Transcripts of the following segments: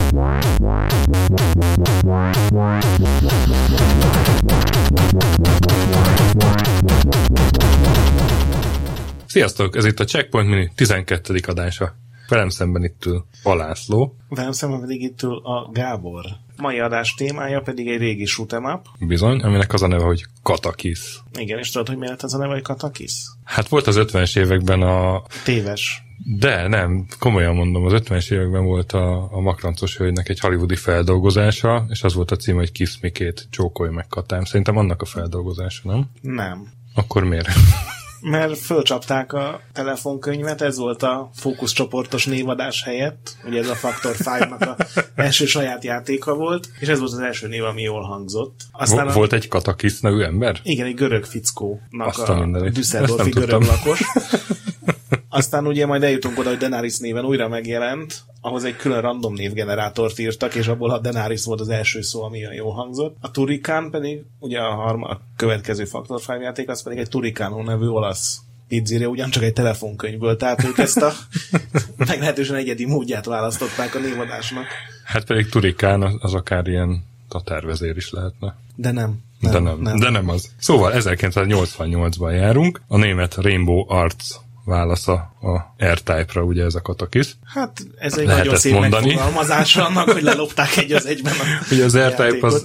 Sziasztok, ez itt a Checkpoint Mini 12. adása. Velem szemben itt ül a László. Velem szemben pedig itt ül a Gábor. Mai adás témája pedig egy régi shoot'em up. Bizony, aminek az a neve, hogy Katakis. Igen, és tudod, hogy mi lett az a neve, hogy Katakis? Hát volt az 50-es években a... Téves. De nem, komolyan mondom, az 50-es években volt a Makrancos hölgynek egy hollywoodi feldolgozása, és az volt a cím, hogy Kiss Me Kate, csókolj meg Katám. Szerintem annak a feldolgozása, nem? Nem. Akkor miért? Mert fölcsapták a telefonkönyvet, ez volt a fókuszcsoportos névadás helyett, ugye ez a Factor 5-nak a első saját játéka volt, és ez volt az első név, ami jól hangzott. Aztán volt egy Katakis nevű ember? Igen, egy görög fickónak a Düsseldorfi görög lakos. Aztán ugye majd eljutunk oda, hogy Denaris néven újra megjelent, ahhoz egy külön random névgenerátort írtak, és abból a Denaris volt az első szó, ami jól hangzott. A Turricán pedig, ugye a következő Factor 5 játék, az pedig egy Turricano nevű olasz pizzeria, ugyancsak egy telefonkönyvből, tehát ők ezt a meglehetősen egyedi módját választották a névadásnak. Hát pedig Turricán az akár ilyen tatárvezér is lehetne. De nem. De nem az. Szóval 1988-ban járunk, a német Rainbow Arts válasza a R-Type-ra, ugye ez a Katakis. Hát ez egy nagyon szép megfogalmazása annak, hogy lelopták egy az egyben a ugye az R-Type az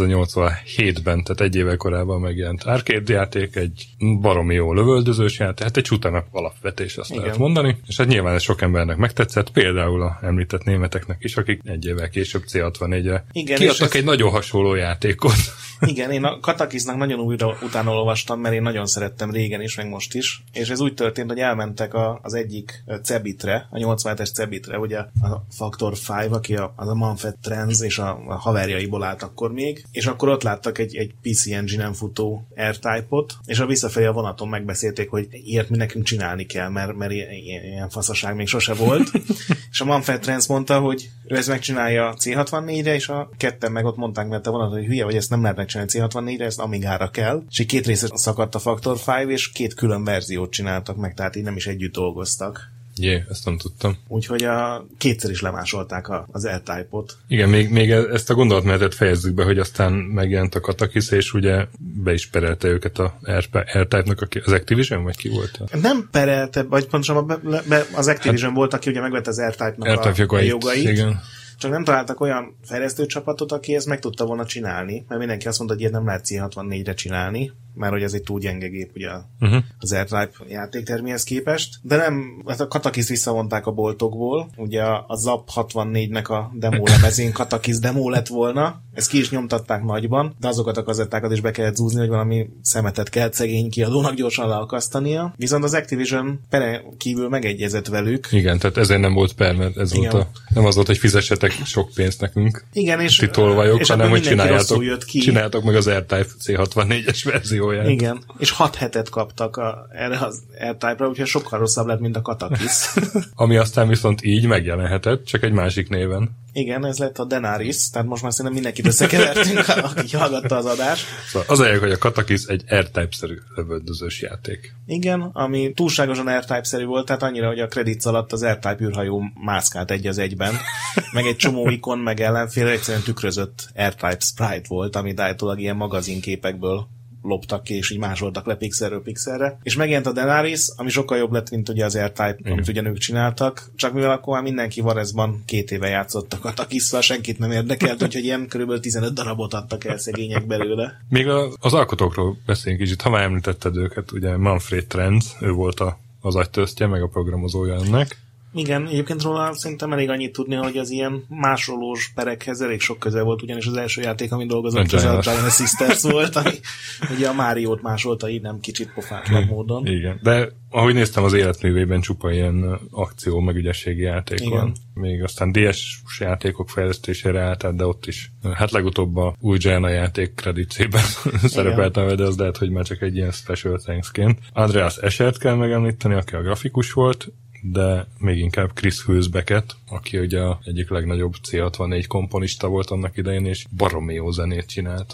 1987-ben, tehát egy éve korábban megjelent arcade játék, egy baromi jó lövöldözős játék, hát egy shoot'em up alapvetés, azt lehet mondani, és hát nyilván ez sok embernek megtetszett, például a említett németeknek is, akik egy évvel később C64-re kiadtak egy nagyon hasonló játékot. Igen, én a Katakisnak nagyon utána olvastam, mert én nagyon szerettem régen is, meg most is, és ez úgy történt, hogy elmentek az egyik Cebitre, a 87-es Cebitre, ugye a Factor 5, aki az a Manfred Trends és a haverjaiból állt akkor még, és akkor ott láttak egy PC Engine-en futó R-Type-ot, és a visszafelé a vonaton megbeszélték, hogy ilyet mi nekünk csinálni kell, mert ilyen faszaság még sose volt, és a Manfred Trends mondta, hogy ő ezt megcsinálja C64-re, és a ketten meg ott mondták, mert a vonaton, hogy hülye vagy, ezt nem lehet megcsinálni C64-re, ezt Amigára kell, és így 2 részre szakadt a Factor 5, és 2 külön verziót csináltak meg, tehát így nem is együtt dolgoztak. Ezt nem tudtam. Úgyhogy kétszer is lemásolták az R-Type-ot. Igen, még ezt a gondolatmenetet fejezzük be, hogy aztán megjelent a Katakis, és ugye be is perelte őket a R-Type-nak az Activision, vagy ki volt? Nem perelte, vagy pontosan az Activision volt, aki ugye megvette az R-Type-nak a jogait. Igen. Csak nem találtak olyan fejlesztő csapatot, aki ezt meg tudta volna csinálni, mert mindenki azt mondta, hogy ilyet nem lehet C64-re csinálni, mert hogy ez egy túl gyenge gép ugye az R-Type játéktermihez képest. De nem, hát a Katakis visszavonták a boltokból, ugye a Zap 64-nek a demo lemezén Katakis demo lett volna, ezt ki is nyomtatták nagyban, de azokat a kazettákat is be kellett zúzni, hogy valami szemetet kellett szegény kiadónak gyorsan leakasztania. Viszont az Activision pere kívül megegyezett velük. Igen, tehát ezért nem volt per, mert ez volt nem az volt, hogy fizessetek sok pénzt nekünk. Igen, és titolvajok, hanem hogy csináljátok meg az R-Type C64-es verzióját. Igen, és 6 hetet kaptak erre az R-Type-ra, úgyhogy sokkal rosszabb lett, mint a Katakis. Ami aztán viszont így megjelenhetett, csak egy másik néven. Igen, ez lett a Denaris, tehát most már szerintem mindenkit összekevertünk, aki hallgatta az adást. Szóval az a hogy a Katakis egy R-Type-szerű lövöldözős játék. Igen, ami túlságosan R-Type-szerű volt, tehát annyira, hogy a credits alatt az R-Type űrhajó mászkált egy az egyben, meg egy csomó ikon, meg ellenfél egyszerűen tükrözött R-Type sprite volt, amit állítólag ilyen magazinképekből loptak ki, és így másoltak le pixelről pixelre. És megjelent a Denaris, ami sokkal jobb lett, mint ugye az R-Type, amit ugye ők csináltak. Csak mivel akkor már mindenki Varezban 2 éve játszottak a Takisszal, senkit nem érdekelt, úgyhogy ilyen körülbelül 15 darabot adtak el szegények belőle. Még az alkotókról beszéljünk kicsit, ha már említetted őket, ugye Manfred Trends, ő volt az agytöztje, meg a programozója ennek. Igen, egyébként róla szerintem elég annyit tudni, hogy az ilyen másolós perekhez elég sok közel volt, ugyanis az első játék, ami dolgozott, az a Giant Sisters volt, ami ugye a Máriót másolta, így nem kicsit pofátlan módon. Igen, de ahogy néztem, az életművében csupa ilyen akció, meg ügyességi játék van. Még aztán DS-s játékok fejlesztésére állt, de ott is. Hát legutóbb a új Giant játék kreditében szerepeltem, de az lehet, hogy már csak egy ilyen special thanksként. Andreas Eschert kell megemlíteni, aki a grafikus volt, de még inkább Chris Hülsbecket, aki ugye egyik legnagyobb C64 komponista volt annak idején, és baromi jó zenét csinált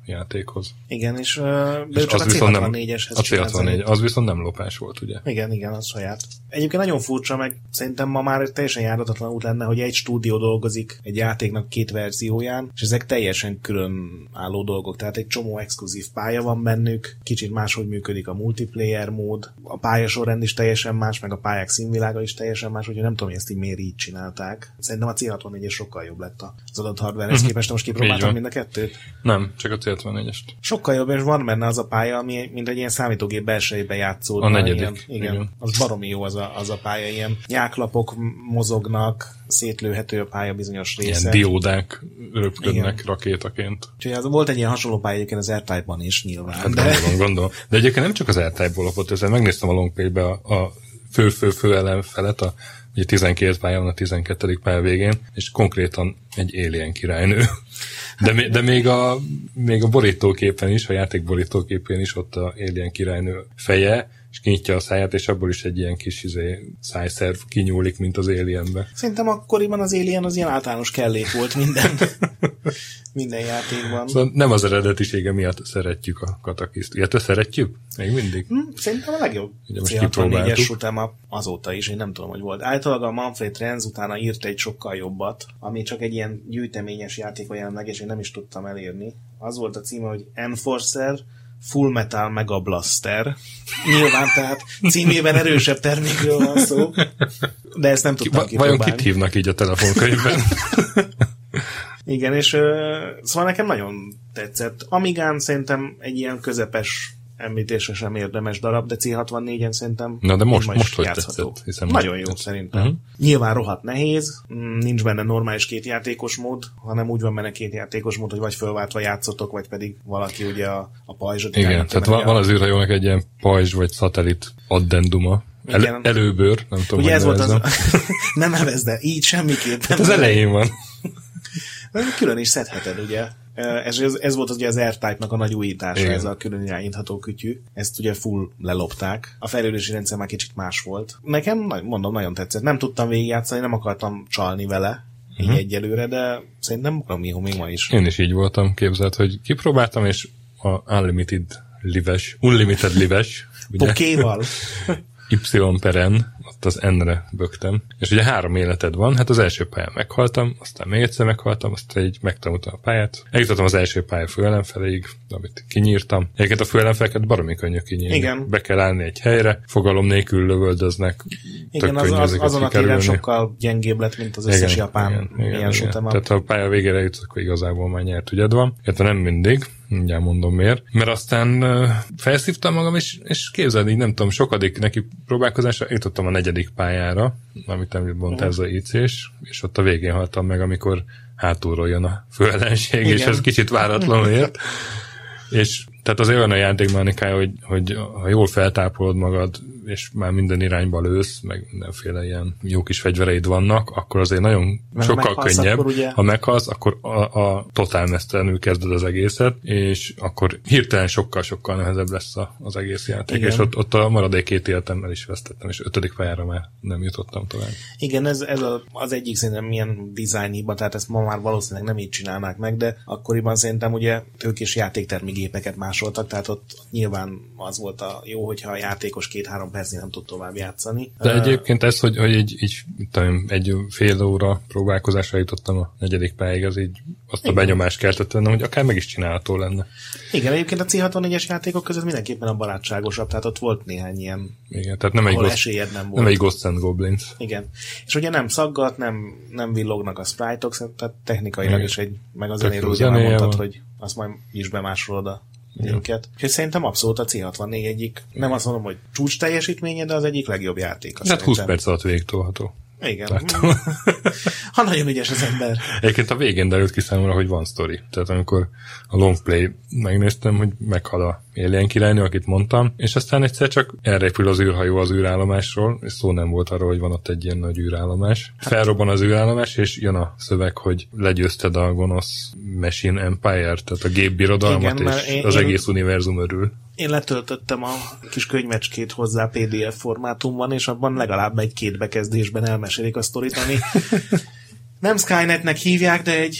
játékhoz. Igen, és csak a C64-eshez a C64, az viszont nem lopás volt, ugye? Igen, az saját. Egyébként nagyon furcsa, meg szerintem ma már teljesen járhatatlan út lenne, hogy egy stúdió dolgozik egy játéknak 2 verzióján, és ezek teljesen különálló dolgok, tehát egy csomó exkluzív pálya van bennük, kicsit máshogy működik a multiplayer mód, a pályasorrend is teljesen más, meg a pályák színvilága is teljesen más, úgyhogy nem tudom, hogy ezt így miért így csinálták. Szerintem a C64-es sokkal jobb lett az adott hardware-hez képest, most kipróbáltam mind a kettőt. Nem, csak a C64-est. Sokkal jobb, és van benne az a pálya, ami mint egy ilyen számítógép belsejében játszódna. A negyedik. Igen. Az baromi jó az a pálya, ilyen nyáklapok mozognak, szétlőhető a pálya bizonyos része. Ilyen diódák röpködnek rakétaként. Úgyhogy az volt egy ilyen hasonló pálya egyébként az R-Type-ban is nyilván. Hát gondolom. De egyébként nem csak az R-Type-ból lopott, ezzel megnéztem a longplay-be a fő ellenfelet, ugye 12 pálya van a 12. pálya végén, és konkrétan egy alien királynő. De még a borítóképen is, a játék borítóképén is ott a alien királynő feje, és kinyitja a száját, és abból is egy ilyen kis szájszerv kinyúlik, mint az Alienbe. Szerintem akkoriban az Alien az ilyen általános kellék volt minden játékban. Szóval nem az eredetisége miatt szeretjük a Katakiszt. Ilyet szeretjük? Még mindig? Szerintem a legjobb C64-es utána azóta is, én nem tudom, hogy volt. Általában a Manfred Renz utána írt egy sokkal jobbat, ami csak egy ilyen gyűjteményes játék jelenleg, és én nem is tudtam elérni. Az volt a címe, hogy Enforcer Full Metal Mega Blaster. Nyilván, tehát címében erősebb termékről van szó, de ezt nem tudtam kipróbálni. Vajon kit hívnak így a telefonkönyvben? Igen, és szóval nekem nagyon tetszett. Amigán szerintem egy ilyen közepes említésre sem érdemes darab, de C64-en szerintem na de most hogy tetszett? Hiszen nagyon jó szerintem. Nyilván rohadt nehéz, nincs benne normális 2 játékos mód, hanem úgy van benne 2 játékos mód, hogy vagy fölváltva játszotok, vagy pedig valaki ugye a pajzsot. Igen, tehát van az űrhajónak egy ilyen pajzs vagy szatellit addenduma. Előbőr, nem tudom, ugye ez volt az... Nem nevezd, de így semmiképp. Hát az elején van. Külön is szedheted, ugye? Ez volt ugye az R-Type-nak a nagy újítása, igen. Ez a külön irányítható kütyű. Ezt ugye full lelopták. A fejlődési rendszer már kicsit más volt. Nekem, mondom, nagyon tetszett. Nem tudtam végigjátszani, nem akartam csalni vele így egyelőre, de szerintem baromi jó még ma is. Én is így voltam, képzelt, hogy kipróbáltam, és a Unlimited Lives, Pokéval. Y/N, ott az N-re bögtem. És ugye 3 életed van, hát az első pályán meghaltam, aztán még egyszer meghaltam, aztán így megtanultam a pályát. Eljutottam az első pálya főellenfeléig, amit kinyírtam. Egyébként a főellenfeleket baromi könnyű kinyírni. Igen. Be kell állni egy helyre, fogalom nélkül lövöldöznek. Igen, azon a téren sokkal gyengébb lett, mint az összes japán ilyen shoot'em up. Tehát ha a pálya végére jutsz, akkor igazából már nyert ügyed van. Érte nem mindig, mindjárt mondom miért. Mert aztán felszívtam magam, és képzeld, így nem tudom, sokadik neki próbálkozásra, jutottam a 4. pályára, amit említett ez a IC-s, és ott a végén haltam meg, amikor hátulról jön a főellenség, és ez kicsit váratlanul ért. És tehát az olyan a játékmechanikája, hogy ha jól feltápolod magad, és már minden irányba lősz, meg mindenféle ilyen jó kis fegyvereid vannak, akkor azért nagyon sokkal könnyebb. Ha meghalsz, akkor a totál mesztelenül kezded az egészet, és akkor hirtelen sokkal nehezebb lesz az egész játék. Igen. És ott a maradék 2 életemmel is vesztettem, és 5. pályára már nem jutottam tovább. Igen, ez az egyik szerintem milyen design hiba, tehát ezt ma már valószínűleg nem így csinálnák meg, de akkoriban szerintem ugye tőkés játéktermi gépeket másoltak, tehát ott nyilván az volt a jó, hogyha a játékos 2-3 percig nem tud tovább játszani. De egyébként ez, hogy egy fél óra próbálkozásra jutottam a 4. pályáig, az így azt a benyomást keltett vennem, hogy akár meg is csinálható lenne. Igen, egyébként a C64-es játékok között mindenképpen a barátságosabb, tehát ott volt néhány ilyen, igen, tehát nem egy Ghosts and Goblins. Igen. És ugye nem szaggat, nem villognak a sprite-ok, tehát technikailag is meg a zenéről ugye mondtad, hogy azt majd is bemásolod a minket. Úgyhogy szerintem abszolút a C64 egyik, nem azt mondom, hogy csúcs teljesítménye, de az egyik legjobb játék. Hát 20 perc alatt végigtolható. Igen. Ha nagyon ügyes az ember. Egyébként a végén derült ki számomra, hogy van sztori. Tehát amikor a longplay megnéztem, hogy meghal a alien királynő, akit mondtam, és aztán egyszer csak elrepül az űrhajó az űrállomásról, és szó nem volt arról, hogy van ott egy ilyen nagy űrállomás. Felrobban az űrállomás, és jön a szöveg, hogy legyőzted a gonosz Machine Empire, tehát a gépbirodalmat, igen, és az egész univerzum örül. Én letöltöttem a kis könyvecskét hozzá PDF formátumban, és abban legalább 1-2 bekezdésben elmesélik a sztorit, ami nem Skynetnek hívják, de egy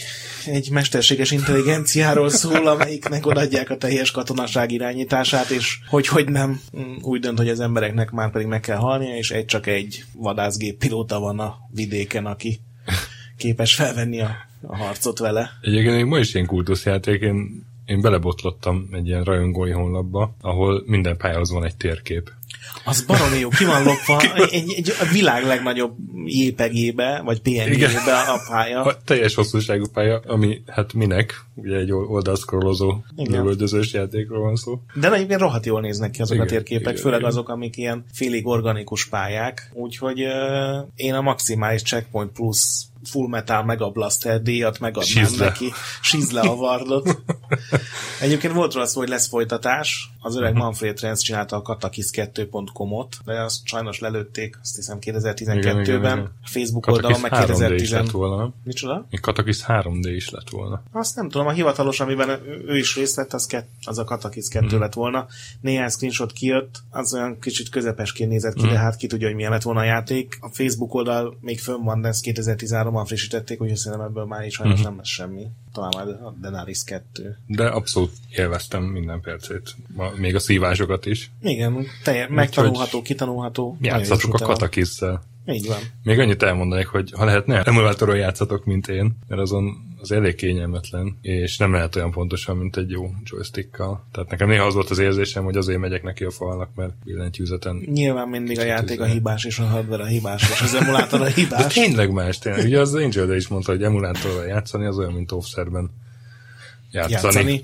egy mesterséges intelligenciáról szól, amelyiknek odaadják a teljes katonaság irányítását, és hogy nem úgy dönt, hogy az embereknek már pedig meg kell halnia, és csak egy vadászgép pilóta van a vidéken, aki képes felvenni a harcot vele. Egyébként még ma is ilyen kultuszjáték, én belebotlottam egy ilyen rajongói honlapba, ahol minden pályához van egy térkép. Az baromi jó, ki van lopva a világ legnagyobb JPG-be, vagy PNG-be a pálya. A teljes hosszúságú pálya, ami hát minek, ugye egy oldalszkrolozó lövöldözős játékról van szó. De egyébként rohadt jól néznek ki azok a térképek, főleg azok, amik ilyen félig organikus pályák. Úgyhogy én a maximális Checkpoint Plus Full Metal Mega Blaster díjat megadnám neki. Sízle a vardot. Egyébként volt róla szó, hogy lesz folytatás. Az öreg Manfred Trenz csinálta a katakis2.com-ot, de azt sajnos lelőtték, azt hiszem 2012-ben. Igen. A Facebook oldalon meg 2010. Micsoda? Még Katakis 3D is lett volna. Azt nem tudom, a hivatalos, amiben ő is részt vett, az a Katakis 2 lett volna. Néhány screenshot kijött, az olyan kicsit közepesként nézett ki, de hát ki tudja, hogy milyen lett volna a játék. A Facebook oldal még fönn van, de ezt 2013-ban frissítették, úgyhogy szerintem ebből már is sajnos nem lesz semmi. Talán majd a Denaris 2. De abszolút élveztem minden percét. Még a szívásokat is. Igen, megtanulható, kitanulható. Játszatok a Katakisszel. Így van. Még annyit elmondanék, hogy ha lehetne, emulátoron játszatok, mint én, mert azon az elég kényelmetlen, és nem lehet olyan pontosan, mint egy jó joystickkal. Tehát nekem néha az volt az érzésem, hogy azért megyek neki a falnak, mert billentyűzeten... Nyilván mindig a játék a hibás, és a hardware a hibás, és az emulátor a hibás. De tényleg más, tényleg. Ugye az Angel is mondta, hogy emulátorral játszani, az olyan, mint offszerben játszani.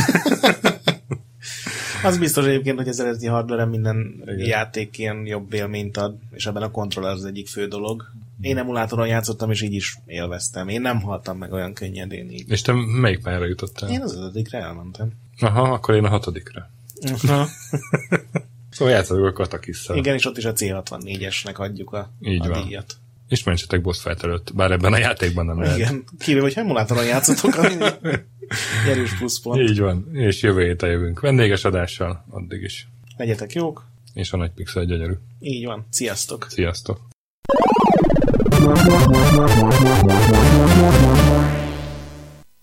Az biztos egyébként, hogy az eredeti hardware minden játék ilyen jobb élményt ad, és ebben a controller az egyik fő dolog. Én emulátoron játszottam, és így is élveztem. Én nem haltam meg olyan könnyedén így. És te melyik pályára jutottál? Én az 5-re elmentem. Aha, akkor én a 6-ra. Szóval játszoljuk a Katakisszel. Igen, és ott is a C64-esnek adjuk a díjat. És mentsetek boss fight előtt, bár ebben a játékban nem lehet. Igen, kivéve, hogy emulátoron játszotok, ami erős pluszpont. Így van, és jövő héten jövünk vendéges adással, addig is. Legyetek jók. És a nagy pixel gyönyörű. Így van, sziasztok. Sziasztok.